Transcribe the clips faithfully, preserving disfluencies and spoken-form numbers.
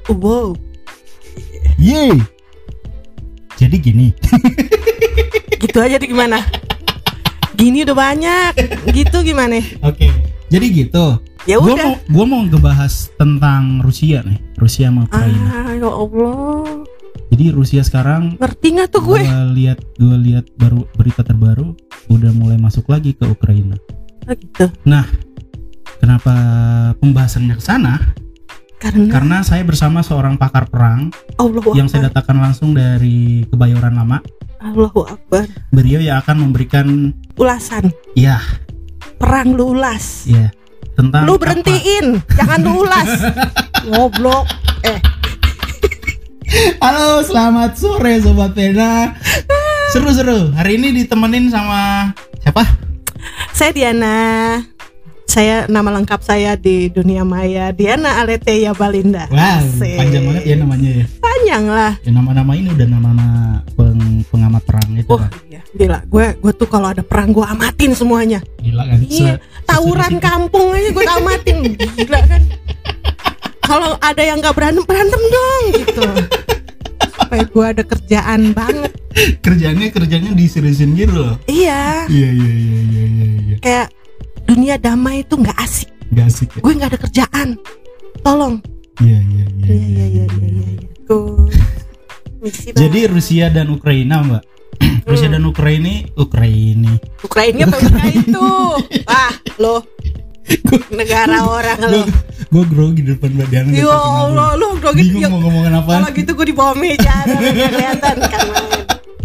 Wow. Yeay. Jadi gini. Gitu aja deh gimana? Gini udah banyak. Gitu gimana? Oke. Jadi gitu. Ya Gua udah. mau gua mau ngebahas tentang Rusia nih. Rusia sama Ukraina. Ah, ya Allah. Jadi Rusia sekarang Ngerti nggak tuh gue? Gua lihat gua lihat baru berita terbaru udah mulai masuk lagi ke Ukraina. Oh gitu. Nah, kenapa pembahasannya ke sana? Karena, Karena saya bersama seorang pakar perang Allahu yang saya Akbar. datangkan langsung dari Kebayoran Lama. Allahu Akbar. Beliau yang akan memberikan Ulasan. ya, Perang lu ulas. ya tentang Lu apa- berhentiin, jangan lu ulas. Goblok. Eh, Halo, selamat sore Sobat Pena. Seru-seru. Hari ini ditemenin sama siapa? saya Diana. Saya nama lengkap saya di dunia maya Diana Aletheia Balinda. Wow, Asik. panjang banget ya namanya ya. Panjang lah. Ya nama-nama ini udah nama-nama peng- pengamat perang itu Oh kan. iya, gila. Gue gue tuh kalau ada perang gue amatin semuanya. Gila kan. Iya, Se- tawuran sesuai kampung aja gue amatin. Gila kan. Kalau ada yang nggak berantem berantem dong gitu. Supaya gue ada kerjaan banget. kerjanya kerjanya diseriusin gitu loh. Iya. Iya iya iya iya iya. iya. Kayak dunia damai itu nggak asik. Gak asik ya. Gue nggak ada kerjaan. Tolong. Iya iya iya. Iya iya iya iya iya. Tuh. Misi Jadi banget. Rusia dan Ukraina, Mbak. Rusia dan Ukraina, Ukraina. Ukraina apa Ukraina itu? Wah, lo negara orang lo. Gue grogi di depan Mbak Diana. Ya Allah, lo grogi. Bingung mau ngomongin apaan. Kalau gitu gue di bawah meja, nggak kelihatan kan main.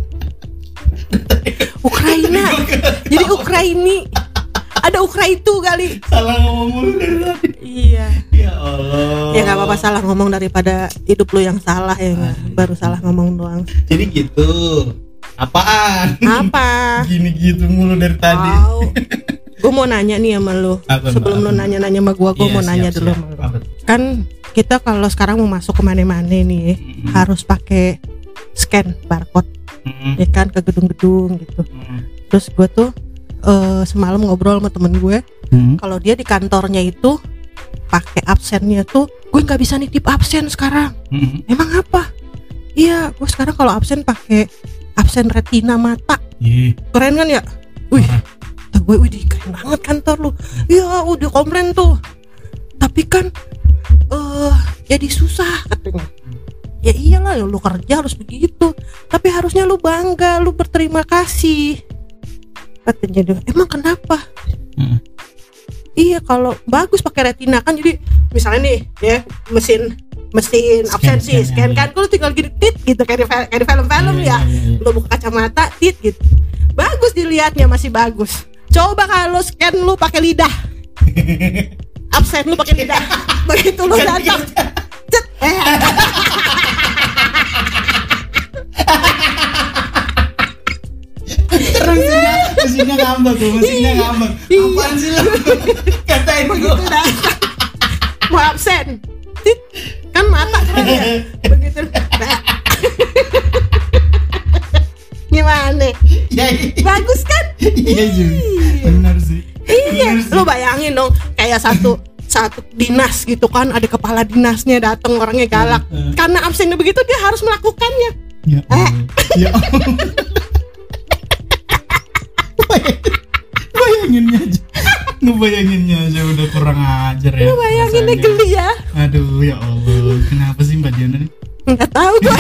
Ukraina. Jadi Ukraini. Ada Ukraitu kali. Salah ngomong mulu dari tadi. Iya. Ya Allah. Ya nggak apa-apa salah ngomong daripada hidup lu yang salah ya nggak? Baru salah ngomong doang. Jadi gitu. Apaan? Apa? Gini gitu mulu dari tadi. Wow. Gue mau nanya nih sama lu. Apa, Mbak? Sebelum lu Apa? nanya-nanya sama gue, gue Iya, mau nanya siap, dulu siap. sama lu. Apa? Kan kita kalau sekarang mau masuk kemana-mana nih Mm-mm. harus pakai scan barcode, Mm-mm. ya kan, ke gedung-gedung gitu. Mm-mm. Terus gue tuh eh, semalam ngobrol sama temen gue, Mm-mm. kalau dia di kantornya itu pakai absennya tuh, gue nggak bisa nitip absen sekarang. Mm-mm. Emang apa? Iya, gue sekarang kalau absen pakai absen retina mata. Ih, Keren kan ya? Wih, parah. kata gue, wih keren banget kantor lu. Iya, udah komplain tuh. Tapi kan eh jadi susah katanya. Ya iyalah, ya lu kerja harus begitu. Tapi harusnya lu bangga, lu berterima kasih. Katanya dia, emang kenapa? Mm-mm. Iya, kalau bagus pakai retina kan, jadi misalnya nih ya mesin mesin Scan, absensi, scan, scan ya, kan, lu tinggal gini tit gitu kayak di, fil- kayak di film-film Iya, ya. iya, iya. Lu buka kacamata tit gitu. Bagus dilihatnya, masih bagus. Coba kalau scan lu pakai lidah. Absen lu pakai lidah. Begitu lu datang. Cet. Eh. mesinnya mesinnya ngambek tuh, mesinnya ngambek. Apaan sih lo? Katain gue. Begitu datang. Mau absen. Tit. Kan mata kan ya. Begitu. Nah. Gimana? Ya, iya. Bagus kan? Iya juga. Iya. Benar sih. Iya, Benar sih. lu bayangin dong kayak satu satu dinas gitu kan, ada kepala dinasnya datang, orangnya galak. Hmm. Karena absennya begitu dia harus melakukannya. Ya Allah. Ya Allah. Bayanginnya aja. Ngebayanginnya aja udah kurang ajar ya. Lu bayangin deh, rasanya. geli ya. Aduh ya Allah. Kenapa sih Mbak Diana nih? Enggak tahu gue.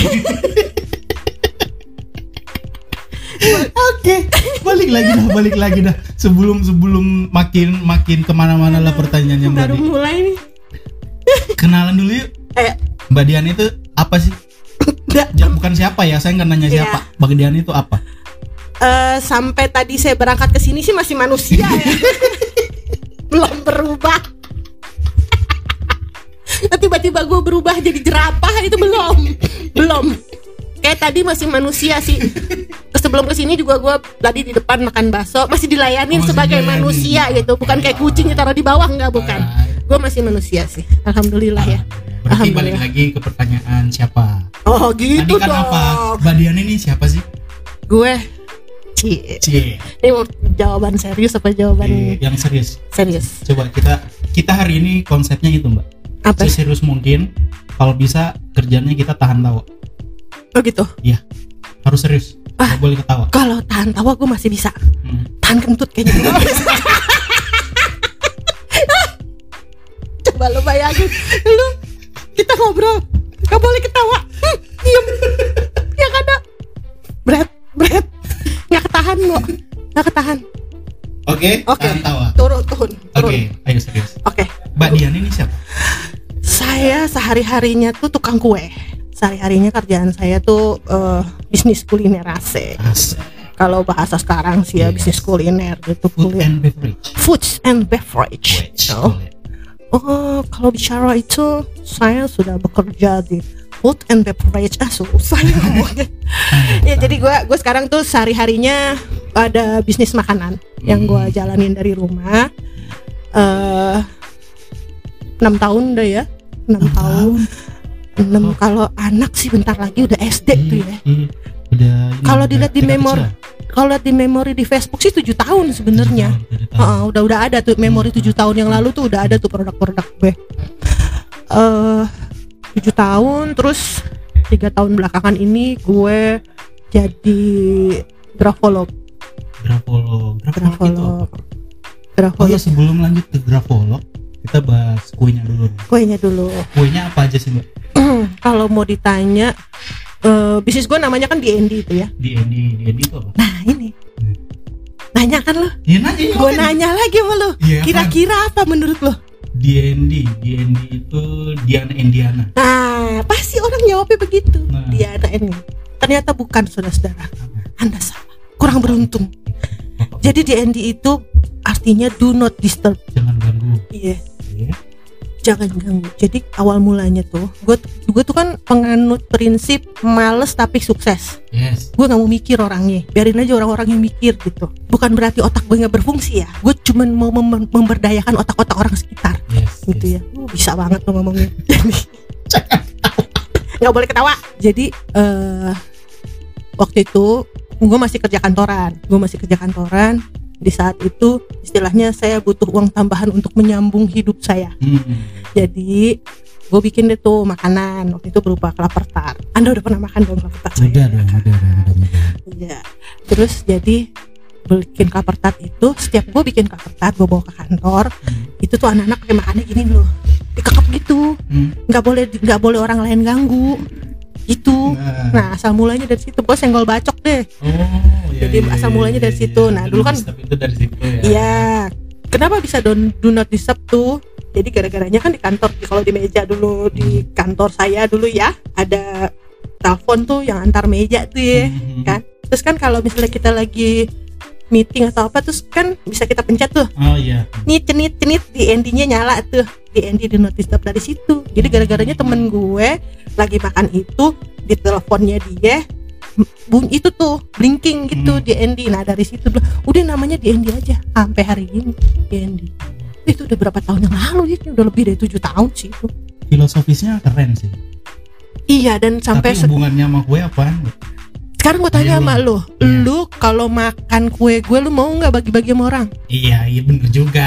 Oke, balik lagi dah, balik lagi dah. Sebelum sebelum makin makin kemana-mana lah pertanyaannya Mbak Baru Di. mulai nih. Kenalan dulu yuk. Eh, Mbak Diana itu apa sih? udah. Ja, bukan siapa ya, saya nggak nanya Iya. siapa. Mbak Diana itu apa? Eh, sampai tadi saya berangkat ke sini sih masih manusia ya. Belum berubah. Tiba-tiba gue berubah jadi jerapah itu belum. Belum. Kayak tadi masih manusia sih. Sebelum kesini juga gue tadi di depan makan bakso masih dilayanin Oh, masih sebagai dilayani. manusia gitu, bukan kayak kucing ditaruh di bawah, nggak, bukan. Gue masih manusia sih, alhamdulillah ya. Berarti balik Alhamdulillah. lagi ke pertanyaan siapa? Oh gitu Tadi kan dong. apa? Mbak Diana ini siapa sih? Gue, Cie. Cie. Ini mau jawaban serius apa jawaban Eh, yang serius. serius? Coba kita kita hari ini konsepnya itu Mbak. Apa? Seserius mungkin kalau bisa kerjanya kita tahan tawa. Oh gitu. Iya. Harus serius. Ah, Gak boleh ketawa. Kalau tahan tawa gue masih bisa. Hmm. Tahan kentut kayaknya gue gak bisa. Coba lu bayangin, lu kita ngobrol, gak boleh ketawa, hmm, diem, ya kan? Berat, berat, nggak ketahan lo, nggak ketahan. Oke. Oke. Tahan tawa. Turun, turun. Oke. Ayo serius. Oke. Mbak Dian ini siapa? Saya sehari-harinya tuh tukang kue. Sehari-harinya kerjaan saya tuh uh, bisnis kuliner asik. Asik. Kalau bahasa sekarang sih ya Yes. bisnis kuliner gitu. Food kuliner. and beverage. Foods and beverage. Beverage. Oh. Boleh. Oh, kalau bicara itu saya sudah bekerja di food and beverage. Ah, susah ya ngomongnya. Ya jadi gue gue sekarang tuh sehari-harinya ada bisnis makanan yang gue jalanin dari rumah. Eh, enam tahun udah ya, enam tahun. enam kalau anak sih bentar lagi udah S D tuh ya. Iya. Udah. ini Kalau udah dilihat di tingkat memori, kecil. kalau lihat di memori di Facebook sih tujuh tahun sebenarnya. Tujuh tahun, tujuh tahun. Heeh, udah udah ada tuh memori tujuh tahun yang lalu tuh udah ada tuh produk-produk gue. Eh tujuh tahun, terus tiga tahun belakangan ini gue jadi grafolog. Grafolog. Grafolog itu apa? Grafolog. Oh ya, Grafolog. sebelum lanjut ke grafolog, kita bahas kuenya dulu. Kuenya dulu. Kuenya apa aja sih, Mbak? Kalau mau ditanya, eh, bisnis gue namanya kan D N D itu ya. D N D, D N D itu apa? Nah ini, Hmm. nanya kan lo? Iya nanya. iya, Gue kan? nanya lagi sama lo. Iya, kan? Kira-kira apa menurut lo? D N D, D N D itu Diana Indiana. Nah, pasti orang jawabnya begitu. Nah. Dia ada ini. Ternyata bukan, saudara-saudara. Anda salah. Kurang beruntung. Jadi D N D itu artinya do not disturb. Jangan ganggu. Iya. Iya. Jangan ganggu. Jadi awal mulanya tuh, gue gue tuh kan penganut prinsip males tapi sukses. Yes. Gue nggak mau mikir orangnya, biarin aja orang-orang yang mikir gitu. Bukan berarti otak gue nggak berfungsi ya. Gue cuman mau mem- memberdayakan otak-otak orang sekitar. Yes. Gitu yes. ya. Uh, bisa banget lo ngomongnya. Jadi nggak boleh ketawa. Jadi eh waktu itu gue masih kerja kantoran. Gue masih kerja kantoran. Di saat itu istilahnya saya butuh uang tambahan untuk menyambung hidup saya. Hmm. Jadi gue bikin deh tuh makanan. Waktu itu berupa kelapa tart. Anda udah pernah makan dong kelapa tart saya? Udah dong, udah, udah, udah, udah. Iya. Terus jadi bikin kelapa tart itu, setiap gue bikin kelapa tart gue bawa ke kantor, Hmm. itu tuh anak-anak pakai makannya gini loh, dikekep gitu, Hmm. nggak boleh nggak boleh orang lain ganggu, gitu. Nah. Nah asal mulanya dari situ, gue senggol bacok deh. Oh, iya, Jadi iya, asal iya, mulanya iya, dari iya, situ. iya. Nah, dulu kan- Tapi itu dari situ ya. Iya. Kenapa bisa do, do not disturb tuh? Jadi gara-garanya kan di kantor, kalau di meja dulu di kantor saya dulu ya, ada telepon tuh yang antar meja tuh ya, Hmm. kan. Terus kan kalau misalnya kita lagi meeting atau apa, terus kan bisa kita pencet tuh, Oh iya. nih cenit cenit di D N D-nya nyala tuh, D N D di not disturb dari situ. Jadi gara-garanya temen gue lagi makan itu, di teleponnya dia bunyi itu tuh blinking gitu, Hmm. D N D. Nah dari situ bilang, udah namanya D N D aja sampai hari ini D N D. Itu udah berapa tahun yang lalu ya, udah lebih dari tujuh tahun sih itu. Filosofisnya keren sih. Iya, dan sampai Tapi se- hubungannya sama kue apaan? sekarang gue tanya Ayo, sama lu, iya. lu kalau makan kue gue, lu mau nggak bagi-bagi sama orang? Iya, iya bener juga.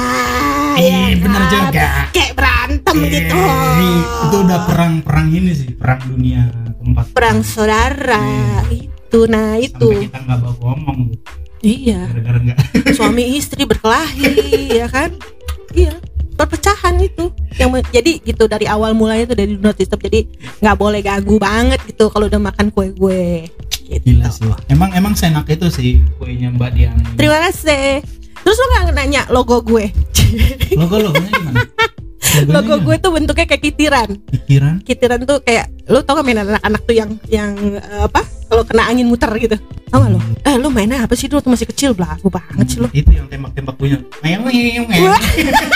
Ah, Iya, ya bener kan? juga. Kayak berantem Eh, gitu. Itu udah perang-perang ini sih, perang dunia keempat. Perang saudara Iya. itu. Nah itu Sampai kita nggak bawa ngomong iya, gara-gara nggak. suami istri berkelahi ya kan, iya, perpecahan itu yang me- jadi gitu dari awal mulanya tuh dari do not disturb. Jadi nggak boleh ganggu banget gitu kalau udah makan kue gue gitu. Gila sih. Emang emang senak itu sih kuenya Mbak Dian. ini. Terima kasih. Terus lo nggak nanya logo gue? Logo logonya gimana? Logonya Logo gimana? gue tuh bentuknya kayak kitiran. Pikiran. Kitiran tuh kayak, lo tau gak mainan anak-anak tuh yang yang eh, apa? Kalau kena angin muter gitu. Tau gak lo? Eh lo mainnya apa sih dulu tuh masih kecil, belagu banget sih lo. Itu yang tembak-tembak punya. Meong meong meong. Wah.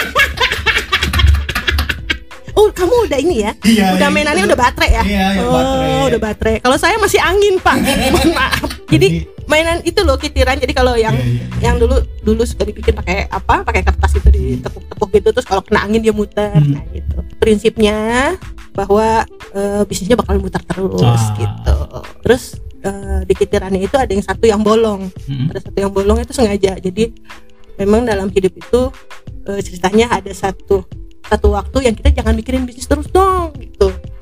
Oh kamu udah ini ya? Iya, Udah iya, mainannya itu. udah baterai ya? Iya, iya, oh, baterai. udah baterai. Kalau saya masih angin pak. Mohon maaf. Jadi mainan itu loh kitiran. Jadi kalau yang Iya, iya. yang dulu dulu suka dibikin pakai apa? Pakai kertas itu ditepuk-tepuk gitu. Terus kalau kena angin dia muter. Hmm. Nah gitu. Prinsipnya bahwa eh, bisnisnya bakal muter terus Ah. gitu. Terus eh, di kitirannya itu ada yang satu yang bolong. Mm-mm. Ada satu yang bolong itu sengaja. Jadi memang dalam hidup itu eh, ceritanya ada satu satu waktu yang kita jangan mikirin bisnis terus dong gitu.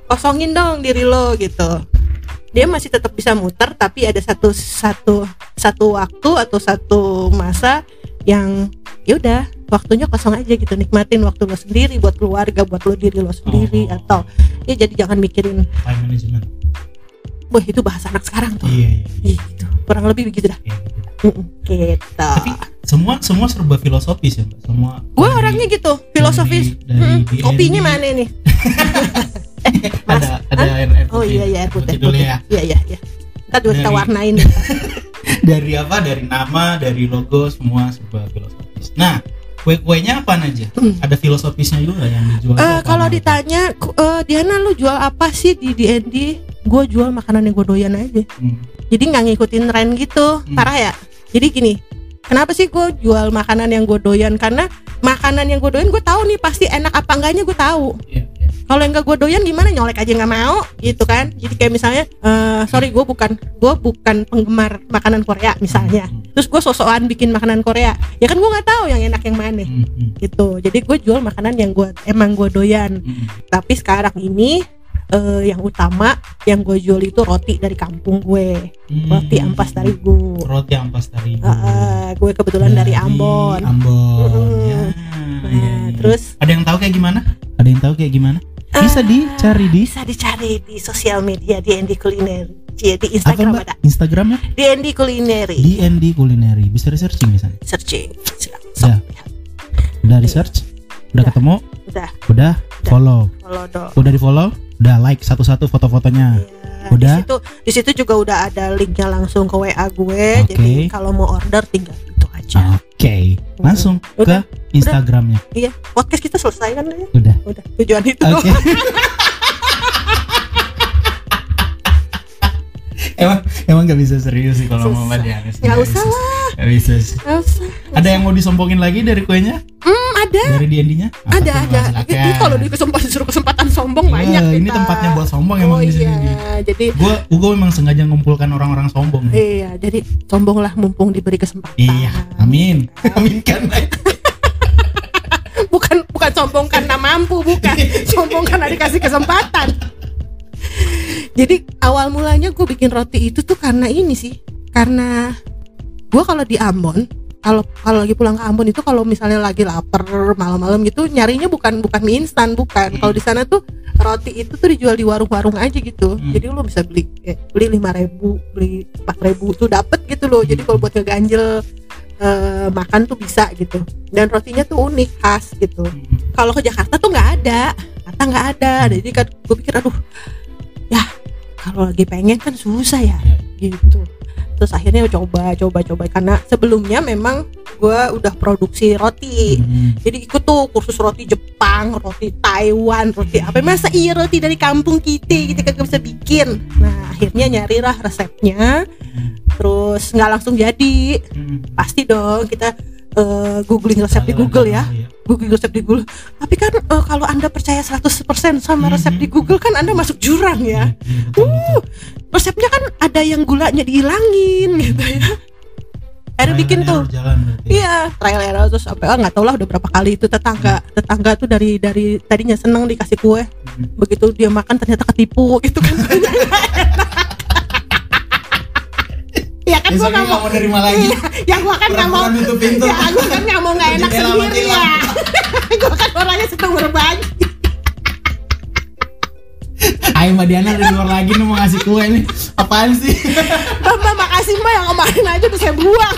kosongin dong diri lo gitu. Dia masih tetap bisa muter, tapi ada satu satu satu waktu atau satu masa yang ya udah waktunya kosong aja gitu, nikmatin waktu lo sendiri buat keluarga, buat lo diri lo sendiri. Oh. Atau ya jadi jangan mikirin time management. Wah itu bahasa anak sekarang tuh. Iya, iya. Gitu. Kurang lebih begitu dah. Iya, gitu. Gitu. Tapi semua semua serba filosofis ya, Mbak. Semua. Gue orangnya gitu, filosofis. Dari, dari hmm, kopinya mana nih? eh, ada ada air, air oh iya iya air putih. Dulu ya. Iya iya iya. Kita juga kita warnain. Dari apa? Dari nama, dari logo, semua serba filosofis. Nah, kue-kuenya apa aja? Hmm. Ada filosofisnya juga yang dijual. Uh, kalau ditanya, uh, Diana lu jual apa sih di D and D? Gue jual makanan yang gue doyan aja. Hmm. Jadi nggak ngikutin tren gitu, hmm. parah ya. Jadi gini, kenapa sih gue jual makanan yang gue doyan? Karena makanan yang gue doyan gue tahu nih pasti enak apa enggaknya gue tahu. Yeah, yeah. Kalau yang gak gue doyan gimana, nyolek aja nggak mau gitu kan. Jadi kayak misalnya, uh, sorry gue bukan gue bukan penggemar makanan Korea misalnya. Mm-hmm. Terus gue sok-sokan bikin makanan Korea, ya kan gue nggak tahu yang enak yang mana. Mm-hmm. Gitu. Jadi gue jual makanan yang gue emang gue doyan. Mm-hmm. Tapi sekarang ini uh, yang utama yang gue jual itu roti dari kampung gue. Mm-hmm. Roti ampas terigu. Roti ampas terigu. Uh, uh, gue kebetulan dari, dari Ambon. Ambon. Mm-hmm. Ya. Nah, ya, ya. Terus ada yang tahu kayak gimana? Ada yang tahu kayak gimana? Bisa dicari di bisa dicari di sosial media D and D Culinary. Di Instagram ada. Instagramnya? D and D Culinary. D and D Culinary. Bisa searching misalnya. Searching. So, ya. Udah di search? Udah, udah ketemu? Udah. Udah. Udah. Follow. Follow dong. Udah di follow? Udah like satu-satu foto-fotonya. Ya, udah. Di situ di situ juga udah ada linknya langsung ke W A gue. Okay. Jadi kalau mau order tinggal itu aja. Oke. Okay. Langsung udah. Ke Instagramnya. Udah. Iya, podcast kita selesai kan ya? Udah. Udah. Tujuan itu. Okay. emang emang nggak bisa serius sih kalau mau dia. Nggak usah lah. Nggak bisa. Nggak usah. Ada yang mau disombongin lagi dari kuenya? Hmm, ada. Dari D and D-nya? Ada ada. Itu kalau di kesempatan suruh kesempatan sombong ya, banyak. Ini kita. Tempatnya buat sombong emang oh, di sini. Iya. Jadi. Gua gua memang sengaja ngumpulkan orang-orang sombong. Iya. Jadi sombonglah mumpung diberi kesempatan. Iya. Amin. Amin kan. bukan bukan sombong karena mampu, bukan sombong karena dikasih kesempatan. Jadi awal mulanya gue bikin roti itu tuh karena ini sih, karena gue kalau di Ambon, kalau kalau lagi pulang ke Ambon itu kalau misalnya lagi lapar malam-malam gitu nyarinya bukan bukan mie instan, bukan. Hmm. Kalau di sana tuh roti itu tuh dijual di warung-warung aja gitu. Hmm. Jadi lo bisa beli eh, beli lima ribu, beli empat ribu tuh dapet gitu loh. Jadi kalau buat ngeganjel Uh, makan tuh bisa gitu, dan rotinya tuh unik khas gitu. Hmm. Kalau ke Jakarta tuh nggak ada, kata nggak ada. Jadi kan gue pikir aduh, ya kalau lagi pengen kan susah ya, gitu. Terus akhirnya coba coba coba karena sebelumnya memang gue udah produksi roti. hmm. Jadi ikut tuh kursus roti Jepang, roti Taiwan, roti apa, masa iya roti dari kampung kita kita kagak bisa bikin. Nah akhirnya nyarilah resepnya, terus nggak langsung jadi. hmm. Pasti dong kita uh, googling resep di Google ya, googling resep di Google. Tapi kan uh, kalau Anda percaya seratus persen sama resep di Google kan Anda masuk jurang ya. uh, resepnya kan ada yang gulanya dihilangin gitu ya. Akhirnya bikin tuh, iya trial error, terus apa nggak tahu lah udah berapa kali itu tetangga tetangga tuh dari dari tadinya seneng dikasih kue, hmm. begitu dia makan ternyata ketipu gitu kan. Ya kan gue nggak mau nerima lagi. Ya gue kan nggak mau. Ya gue kan nggak mau nggak enak sendiri ya. Gue kan orangnya seneng berbagi. Ayo Mbak Diana dari luar lagi nih mau ngasih kue nih. Apaan sih? Mbak makasih Mbak, yang kemarin aja udah saya buang.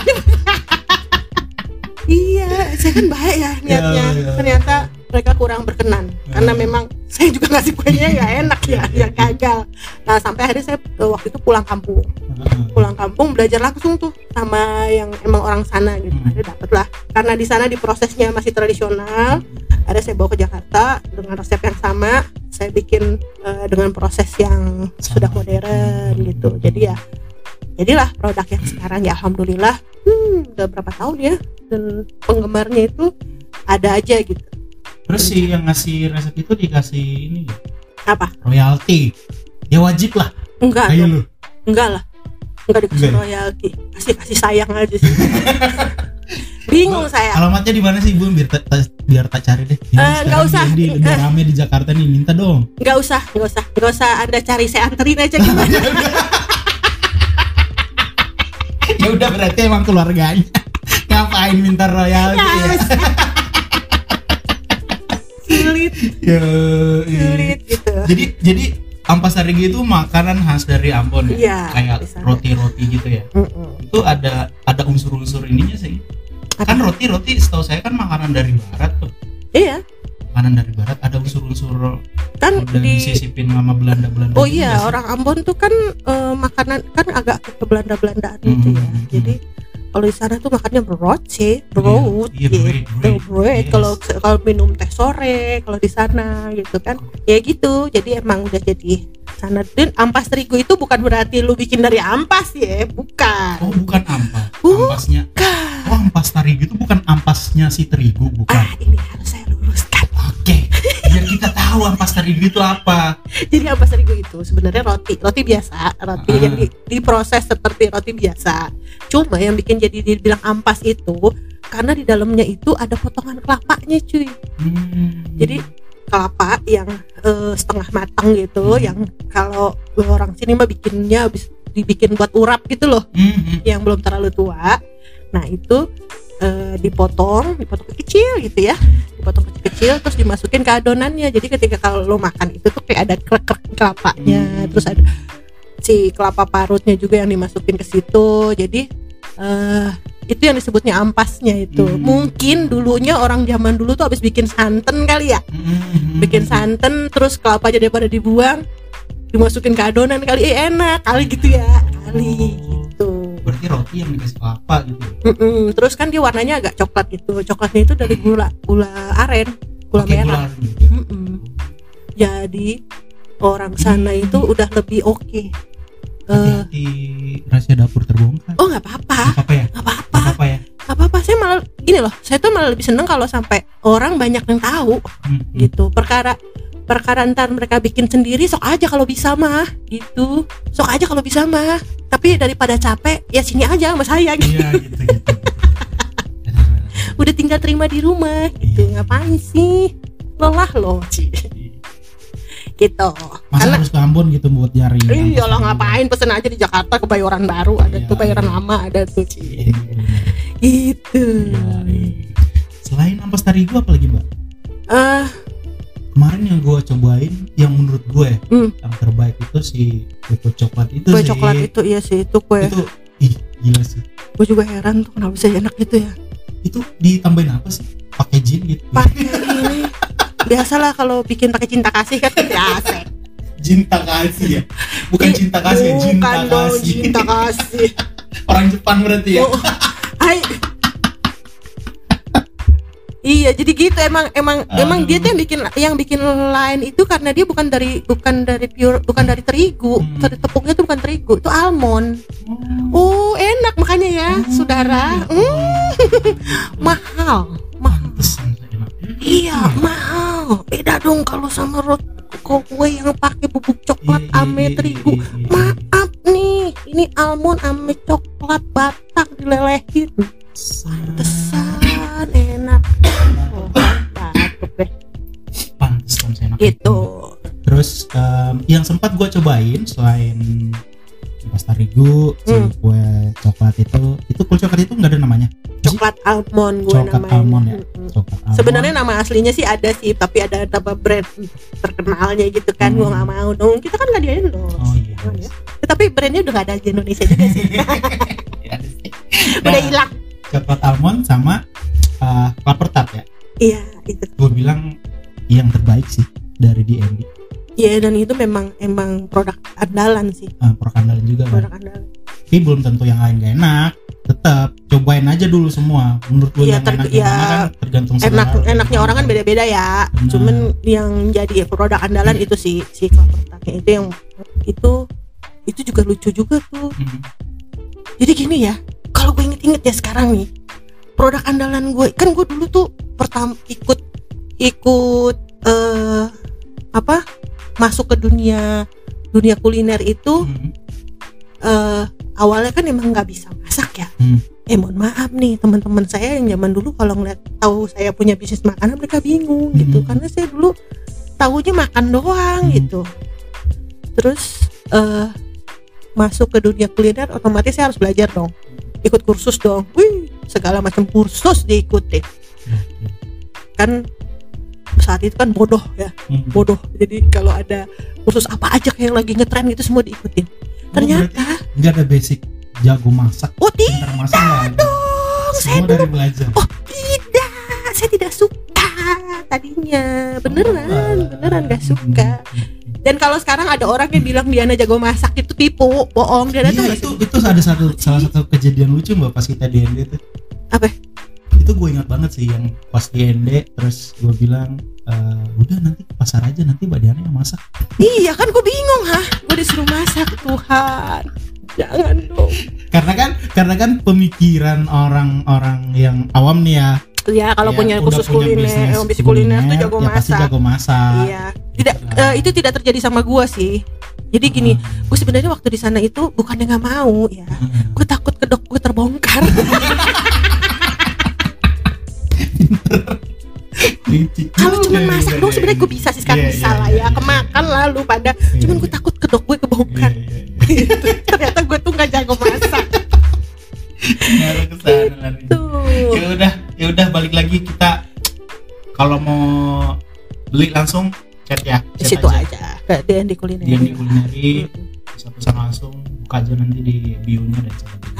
Iya, saya kan baik ya niatnya. Ya, ya. Ternyata mereka kurang berkenan ya. Karena memang saya juga ngasih kuenya nggak enak ya, yang gagal. Nah sampai akhirnya saya waktu itu pulang kampung, pulang kampung belajar langsung tuh sama yang emang orang sana gitu. Akhirnya dapet lah. Karena di sana diprosesnya masih tradisional. Akhirnya saya bawa ke Jakarta dengan resep yang sama. Saya bikin uh, dengan proses yang sudah modern gitu. Jadi ya, jadilah produk yang sekarang ya alhamdulillah. Hmm, udah berapa tahun ya, dan penggemarnya itu ada aja gitu. Terus si yang ngasih resep itu dikasih ini gitu? Apa? Royalti. Ya wajib lah. Enggak. Ayo lu. Enggak lah. Enggak dikasih enggak. Royalti. Kasih kasih sayang aja sih. Bingung saya. Alamatnya di mana sih Ibu? Biar tak biar tak cari deh. Eh, nggak usah. Di udah rame di Jakarta nih, minta dong. Nggak usah, nggak usah, nggak usah Anda cari, saya anterin aja gimana? Ya udah berarti emang keluarganya. Ngapain minta royalti ya? Sulit. Ya, Sulit gitu. Jadi jadi ampas tarigi itu makanan khas dari Ambon ya? Iya, Kayak bisa. roti-roti gitu ya? Mm-mm. Itu ada ada unsur-unsur ininya sih. Kan roti-roti setahu saya kan makanan dari barat tuh. Iya. Makanan dari barat ada unsur-unsur Kan udah di disisipin sama Belanda-Belanda. Oh gitu iya, nggak sih? orang Ambon tuh kan eh, makanan kan agak ke Belanda-Belandaan gitu ya. Hmm, Jadi kalau di sana tuh makannya roti, broad, iya, gitu. bread, bread, bread. yes. Kalau kalau minum teh sore, kalau di sana gitu kan, ya gitu. Jadi emang udah jadi sana. Dan ampas terigu itu bukan berarti lu bikin dari ampas ya, bukan. Oh bukan ampas, Bukan. ampasnya. Oh ampas terigu itu bukan ampasnya si terigu, bukan. Ah, ini harus saya luruskan. Oke, biar kita tahu ampas terigu itu apa. Jadi ampas terigu itu sebenarnya roti, roti biasa, roti Ah. yang di, diproses seperti roti biasa. Cuma yang bikin jadi dibilang ampas itu karena di dalamnya itu ada potongan kelapanya, cuy. Hmm. Jadi kelapa yang eh, setengah matang gitu, Hmm. yang kalau orang sini mah bikinnya habis dibikin buat urap gitu loh, Hmm. yang belum terlalu tua. Nah itu eh, dipotong, dipotong kecil gitu ya, dipotong kecil-kecil terus dimasukin ke adonannya. Jadi ketika kalau lo makan itu tuh kayak ada krek-krek kelapanya, Hmm. terus ada si kelapa parutnya juga yang dimasukin ke situ. Jadi eh, itu yang disebutnya ampasnya itu. Hmm. Mungkin dulunya orang zaman dulu tuh habis bikin santan kali ya, Hmm. bikin santan terus kelapanya daripada dibuang dimasukin ke adonan kali, eh, enak kali gitu ya, kali gitu. Berarti roti yang dikasih kelapa gitu. Mm-mm. Terus kan dia warnanya agak coklat gitu. Coklatnya itu dari gula gula aren, gula Pakai merah. gula gitu. Mm-mm. Jadi orang sana itu udah lebih oke. Eh, Hati-hati rahasia dapur terbongkar. oh nggak apa-apa, Gak apa-apa ya? nggak apa-apa, Gak apa-apa ya? nggak apa-apa. Saya malah gini loh, saya tuh malah lebih seneng kalau sampai orang banyak yang tahu Hmm. gitu. Perkara perkara ntar mereka bikin sendiri sok aja kalau bisa mah gitu, sok aja kalau bisa mah. Tapi daripada capek ya sini aja sama saya gitu. Iya gitu gitu. Udah tinggal terima di rumah gitu, Iya. ngapain sih lelah loh gitu. Masa Karena harus ke Ambon gitu buat nyari iya lah, ampas ngapain pesen aja di Jakarta, Kebayoran Baru ada Iya, tuh, Kebayoran iya. Lama ada tuh terigu? Ci. Gitu. Iya, iya. Selain ampas terigu apa lagi Mbak? Eh, Kemarin yang gue cobain yang menurut gue ya, Hmm. yang terbaik itu si kue coklat itu kue sih. coklat itu iya sih, itu kue. Itu ih gila sih. Gue juga heran tuh kenapa bisa enak gitu ya. Itu ditambahin apa sih? Pakai jin gitu. Pakai ini biasalah kalau bikin pakai cinta kasih kan biasa. Cinta kasih ya. Bukan Ih, cinta kasih ya, cinta bukan dong, kasih. cinta kasih. Orang Jepang berarti ya. Oh, hai. Iya, jadi gitu emang emang Aduh. emang dia tuh yang bikin yang bikin lain itu karena dia bukan dari bukan dari pure bukan dari terigu. Hmm. Dari tepungnya itu bukan terigu, itu almond. Oh, enak makanya ya, saudara. Hmm. Mahal, mahal. Pantesan saya enak. Iya, mahal. Beda dong kalau sama roti kue yang pakai bubuk coklat Iya, iya, ame iya, terigu. iya, iya. Maaf nih, ini almond ame coklat batak dilelehin. Pantesan enak. Oh, batuk deh. Pantesan saya enak. Gitu. Terus em, yang sempat gue cobain selain ampas terigu, si Hmm. kue coklat itu, itu kue coklat itu nggak ada namanya. Coklat almond gue Coklat namanya. almond ya? Mm-mm. Coklat almond. Sebenarnya nama aslinya sih ada sih, tapi ada nama brand terkenalnya gitu kan. Hmm. Gue nggak mau dong. Kita kan nggak di endorse. Oh iya. Kan ya. Ya, tapi brandnya udah nggak ada di Indonesia juga sih. Iya sih. Udah Nah, hilang. coklat almond sama uh, kelapa tart ya. Iya itu. Gue bilang yang terbaik sih dari D and D. Iya, dan itu memang emang produk andalan sih. Uh, produk andalan juga kan. Produk andalan. Tapi belum tentu yang lain gak enak. Tetap cobain aja dulu semua. Menurut gue Iya, yang ter- enak ya, gimana kan tergantung Enak selera. enaknya orang kan beda-beda ya. Benar. Cuman yang jadi produk andalan itu sih si kelapa tartnya itu yang itu itu juga lucu juga tuh. Hmm. Jadi gini ya, kalau gue inget-inget ya sekarang nih, produk andalan gue kan gue dulu tuh pertama ikut ikut eh apa masuk ke dunia dunia kuliner itu Hmm. eh awalnya kan emang nggak bisa masak ya, Hmm. eh mohon maaf nih teman-teman saya yang zaman dulu kalau ngeliat tahu saya punya bisnis makanan mereka bingung gitu Hmm. karena saya dulu tahunya makan doang Hmm. gitu. Terus eh masuk ke dunia kuliner otomatis saya harus belajar dong, ikut kursus dong, wih segala macam kursus diikuti kan. Saat itu kan bodoh ya, Hmm. bodoh. Jadi kalau ada kursus apa aja yang lagi ngetren gitu semua diikutin. Ternyata nggak ada basic jago masak, oh pintar masak nggak ada. dong, saya Semua dulu dari belajar. oh tidak, saya tidak suka tadinya, beneran, beneran gak suka. Dan kalau sekarang ada orang yang bilang Diana jago masak itu tipu, bohong. Diana tuh Iya, nggak itu suka. itu ada satu salah satu kejadian lucu mbak pas kita di N D tuh. Apa? Itu gue ingat banget sih yang pas di N D terus gue bilang "Eh, udah nanti ke pasar aja nanti mbak Diana yang masak." Iya kan, gue bingung, hah? Gue disuruh masak, Tuhan, jangan dong. Karena kan karena kan pemikiran orang-orang yang awam nih ya. Ya kalau ya, punya udah khusus punya kuliner, bisnis eh, bisnis kuliner tuh jago ya pasti masak. jago masak. Iya, tidak eh, itu tidak terjadi sama gue sih. Jadi gini, gue sebenarnya waktu di sana itu bukannya nggak mau ya, Hmm. gue takut kedok gue terbongkar. Kalau cuma masak dong sebenarnya gue bisa sih, sekarang Iya, bisa iya, lah iya, ya, iya. kemakan lalu pada, Iya, cuman iya. gue takut kedok gue kebongkar. Iya, iya, iya. Gitu. Ternyata gue tuh nggak jago masak. Ngaruh ke sana lari. Tuh. Ya udah, ya udah balik lagi kita kalau mau beli langsung chat ya. Di Chat situ aja, ke D N D kuliner. Dia di kulineri Mm-mm. bisa pesan langsung, buka aja nanti di bio-nya dan sebagainya.